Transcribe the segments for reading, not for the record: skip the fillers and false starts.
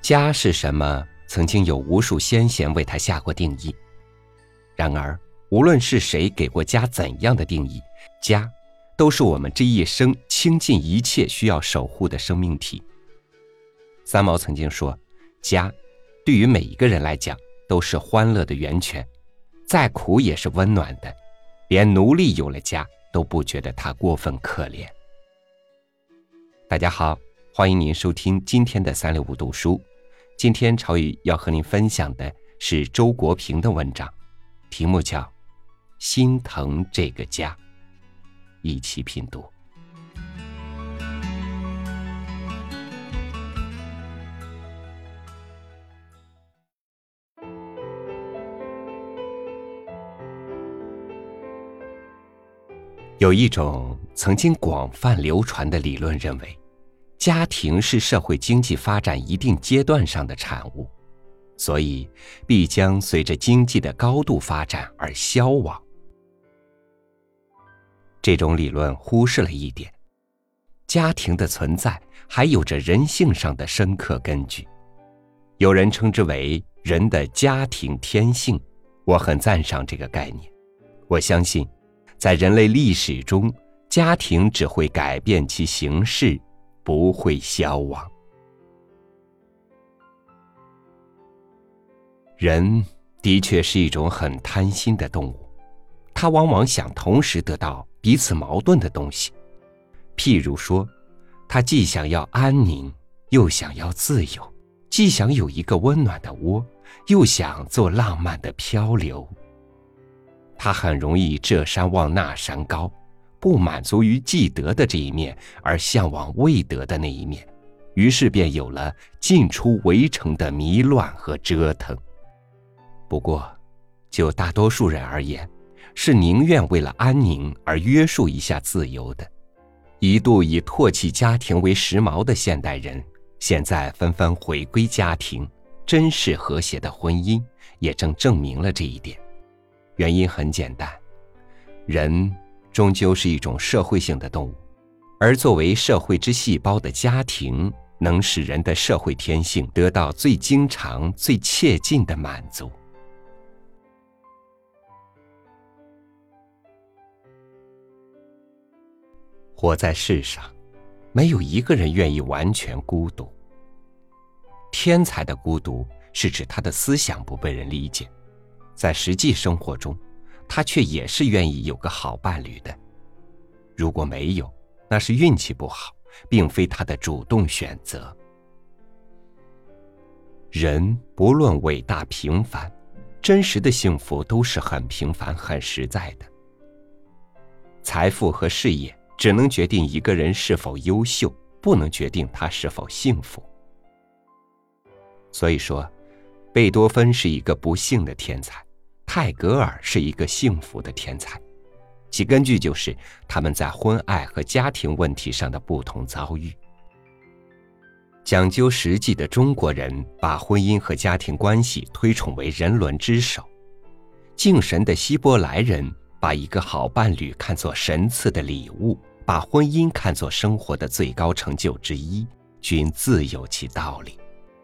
家是什么，曾经有无数先贤为它下过定义。然而，无论是谁给过家怎样的定义，家都是我们这一生倾尽一切需要守护的生命体。三毛曾经说，家对于每一个人来讲都是欢乐的源泉，再苦也是温暖的，连奴隶有了家都不觉得他过分可怜。大家好，欢迎您收听今天的365读书。今天朝宇要和您分享的是周国平的文章，题目叫《心疼这个家》，一起品读。有一种曾经广泛流传的理论认为，家庭是社会经济发展一定阶段上的产物，所以必将随着经济的高度发展而消亡。这种理论忽视了一点，家庭的存在还有着人性上的深刻根据。有人称之为人的家庭天性，我很赞赏这个概念。我相信在人类历史中，家庭只会改变其形式，不会消亡。人的确是一种很贪心的动物，他往往想同时得到彼此矛盾的东西。譬如说，他既想要安宁，又想要自由，既想有一个温暖的窝，又想做浪漫的漂流。他很容易这山望那山高，不满足于既得的这一面，而向往未得的那一面，于是便有了进出围城的迷乱和折腾。不过，就大多数人而言，是宁愿为了安宁而约束一下自由的。一度以唾弃家庭为时髦的现代人，现在纷纷回归家庭，真实和谐的婚姻也正证明了这一点。原因很简单，人终究是一种社会性的动物，而作为社会之细胞的家庭，能使人的社会天性得到最经常、最切近的满足。活在世上，没有一个人愿意完全孤独。天才的孤独是指他的思想不被人理解，在实际生活中，他却也是愿意有个好伴侣的。如果没有，那是运气不好，并非他的主动选择。人不论伟大平凡，真实的幸福都是很平凡、很实在的。财富和事业只能决定一个人是否优秀，不能决定他是否幸福。所以说，贝多芬是一个不幸的天才，泰戈尔是一个幸福的天才，其根据就是他们在婚爱和家庭问题上的不同遭遇。讲究实际的中国人把婚姻和家庭关系推崇为人伦之首，敬神的希伯来人把一个好伴侣看作神赐的礼物，把婚姻看作生活的最高成就之一，均自有其道理。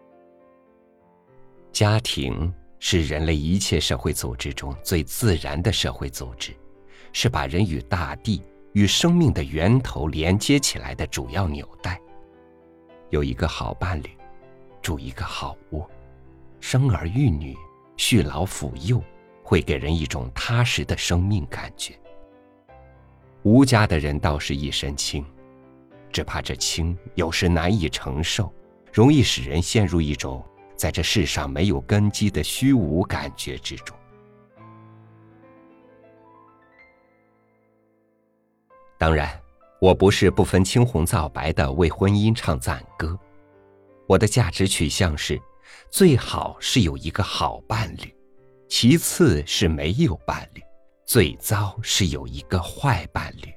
家庭是人类一切社会组织中最自然的社会组织，是把人与大地、与生命的源头连接起来的主要纽带。有一个好伴侣，住一个好窝，生儿育女，恤老抚幼，会给人一种踏实的生命感觉。无家的人倒是一身轻，只怕这轻有时难以承受，容易使人陷入一种在这世上没有根基的虚无感觉之中。当然，我不是不分青红皂白的为婚姻唱赞歌，我的价值取向是，最好是有一个好伴侣，其次是没有伴侣，最糟是有一个坏伴侣。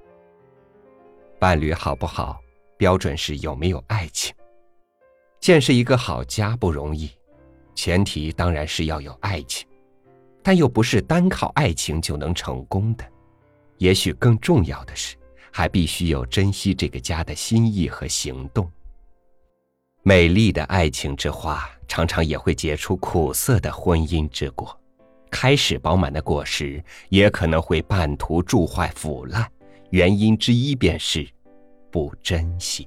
伴侣好不好，标准是有没有爱情。建设一个好家不容易，前提当然是要有爱情，但又不是单靠爱情就能成功的。也许更重要的是，还必须有珍惜这个家的心意和行动。 美丽的爱情之花常常也会结出苦涩的婚姻之果，开始饱满的果实也可能会半途蛀坏腐烂，原因之一便是不珍惜。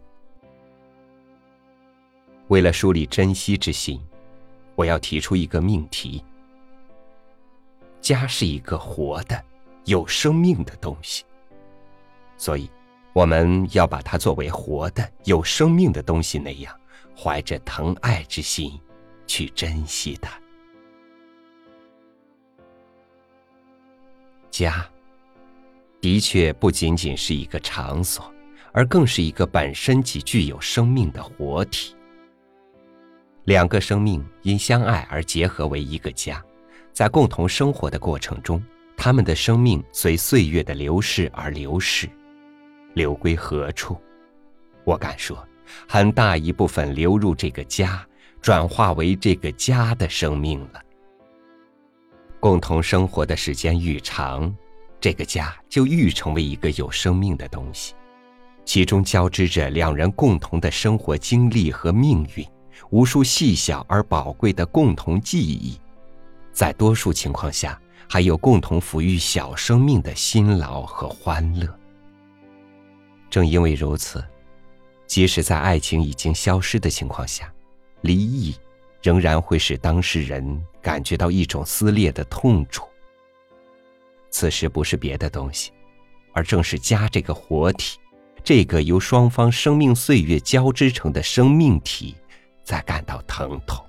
为了树立珍惜之心，我要提出一个命题：家是一个活的有生命的东西，所以我们要把它作为活的有生命的东西那样，怀着疼爱之心去珍惜它。家的确不仅仅是一个场所，而更是一个本身即具有生命的活体。两个生命因相爱而结合为一个家，在共同生活的过程中，他们的生命随岁月的流逝而流逝，流归何处？我敢说，很大一部分流入这个家，转化为这个家的生命了。共同生活的时间愈长，这个家就愈成为一个有生命的东西，其中交织着两人共同的生活经历和命运，无数细小而宝贵的共同记忆，在多数情况下，还有共同抚育小生命的辛劳和欢乐。正因为如此，即使在爱情已经消失的情况下，离异仍然会使当事人感觉到一种撕裂的痛楚。此时不是别的东西，而正是家这个活体，这个由双方生命岁月交织成的生命体，在感到疼痛。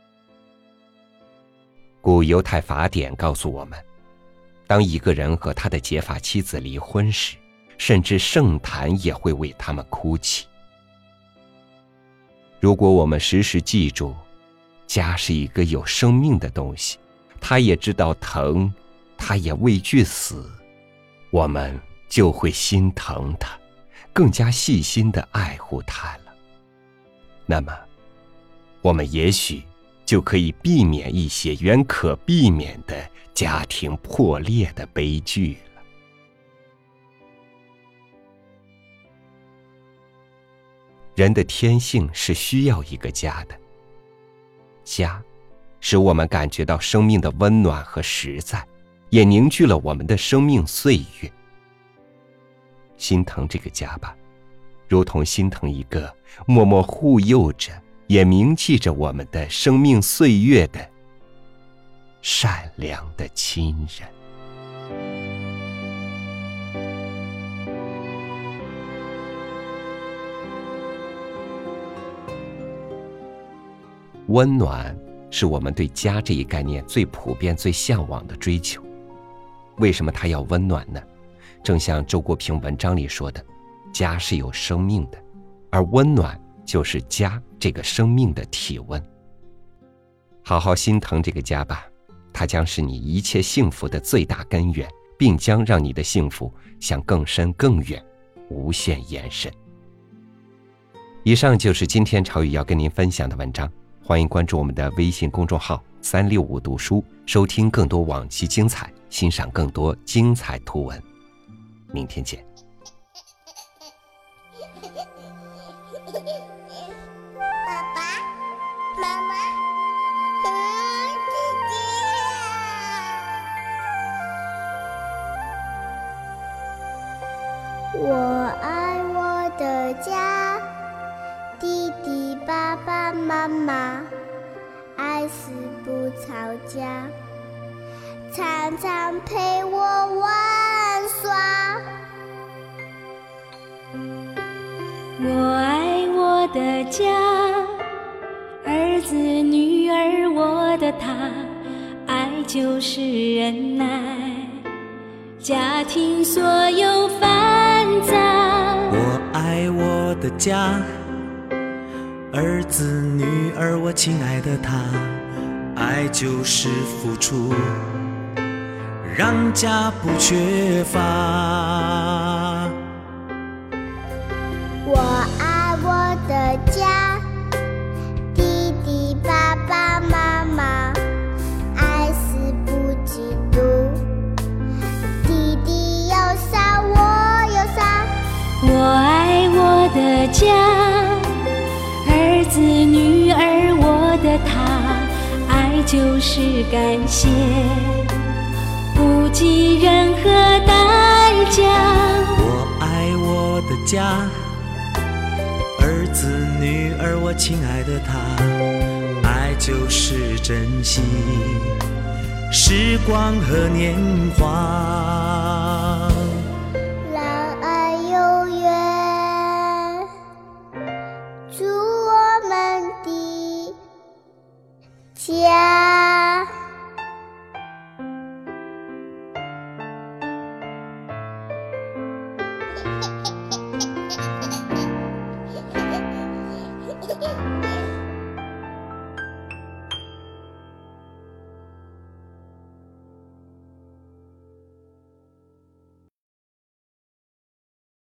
古犹太法典告诉我们，当一个人和他的结发妻子离婚时，甚至圣坛也会为他们哭泣。如果我们时时记住，家是一个有生命的东西，他也知道疼，他也畏惧死，我们就会心疼他，更加细心地爱护他了。那么，我们也许就可以避免一些原可避免的家庭破裂的悲剧了。人的天性是需要一个家的，家使我们感觉到生命的温暖和实在，也凝聚了我们的生命岁月。心疼这个家吧，如同心疼一个默默护佑着也铭记着我们的生命岁月的善良的亲人。温暖是我们对家这一概念最普遍最向往的追求。为什么它要温暖呢？正像周国平文章里说的，家是有生命的，而温暖就是家这个生命的体温。好好心疼这个家吧，它将是你一切幸福的最大根源，并将让你的幸福向更深更远无限延伸。以上就是今天朝宇要跟您分享的文章，欢迎关注我们的微信公众号365读书，收听更多往期精彩，欣赏更多精彩图文。明天见。 爸爸妈妈姐姐，我爱我的家，弟弟爸爸妈妈爱死不吵架，常常陪我玩耍。 我爱我的家，儿子女儿我的他，爱就是忍耐，家庭所有烦躁。 我爱我的家，儿子女儿我亲爱的他，爱就是付出，让家不缺乏。 我爱我的家，弟弟爸爸妈妈爱死不嫉妒，弟弟有啥我有啥。 我爱我的家，儿子就是感谢，不计任何代价。 我爱我的家，儿子女儿我亲爱的他，爱就是珍惜时光和年华， 让爱永远住我们的家。